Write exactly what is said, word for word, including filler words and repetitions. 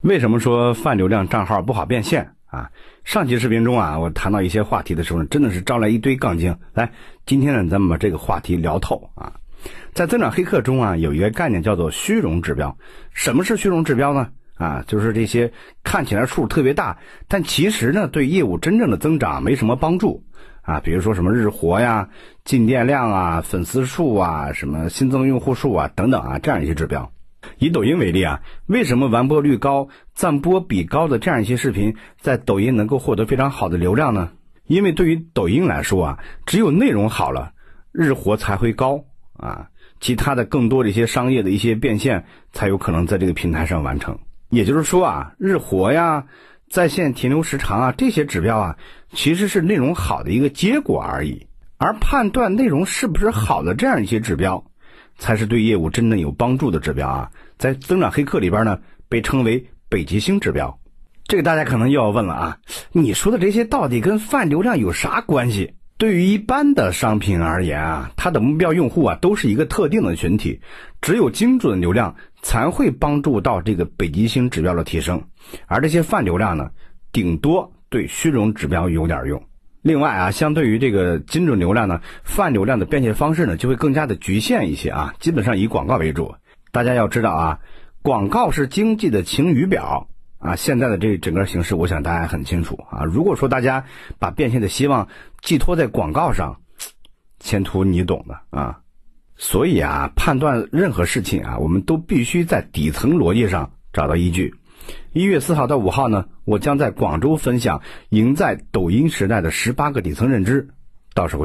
为什么说泛流量账号不好变现啊？上期视频中啊，我谈到一些话题的时候，真的是招来一堆杠精。来，今天呢，咱们把这个话题聊透啊。在增长黑客中啊，有一个概念叫做虚荣指标。什么是虚荣指标呢？啊，就是这些看起来数特别大，但其实呢，对业务真正的增长没什么帮助啊。比如说什么日活呀、进店量啊、粉丝数啊、什么新增用户数啊等等啊，这样一些指标。以抖音为例啊，为什么完播率高、赞播比高的这样一些视频在抖音能够获得非常好的流量呢？因为对于抖音来说啊，只有内容好了，日活才会高啊，其他的更多的一些商业的一些变现才有可能在这个平台上完成。也就是说啊，日活呀、在线停留时长啊，这些指标啊，其实是内容好的一个结果而已。而判断内容是不是好的这样一些指标，才是对业务真正有帮助的指标啊。在增长黑客里边呢，被称为北极星指标。这个大家可能又要问了啊，你说的这些到底跟泛流量有啥关系？对于一般的商品而言啊，它的目标用户啊都是一个特定的群体，只有精准流量才会帮助到这个北极星指标的提升，而这些泛流量呢，顶多对虚荣指标有点用。另外啊，相对于这个精准流量呢，泛流量的变现方式呢就会更加的局限一些啊，基本上以广告为主。大家要知道啊，广告是经济的晴雨表啊，现在的这整个形势我想大家很清楚啊。如果说大家把变现的希望寄托在广告上，前途你懂的啊。所以啊，判断任何事情啊，我们都必须在底层逻辑上找到依据。一月四号到五号呢，我将在广州分享赢在抖音时代的十八个底层认知，到时候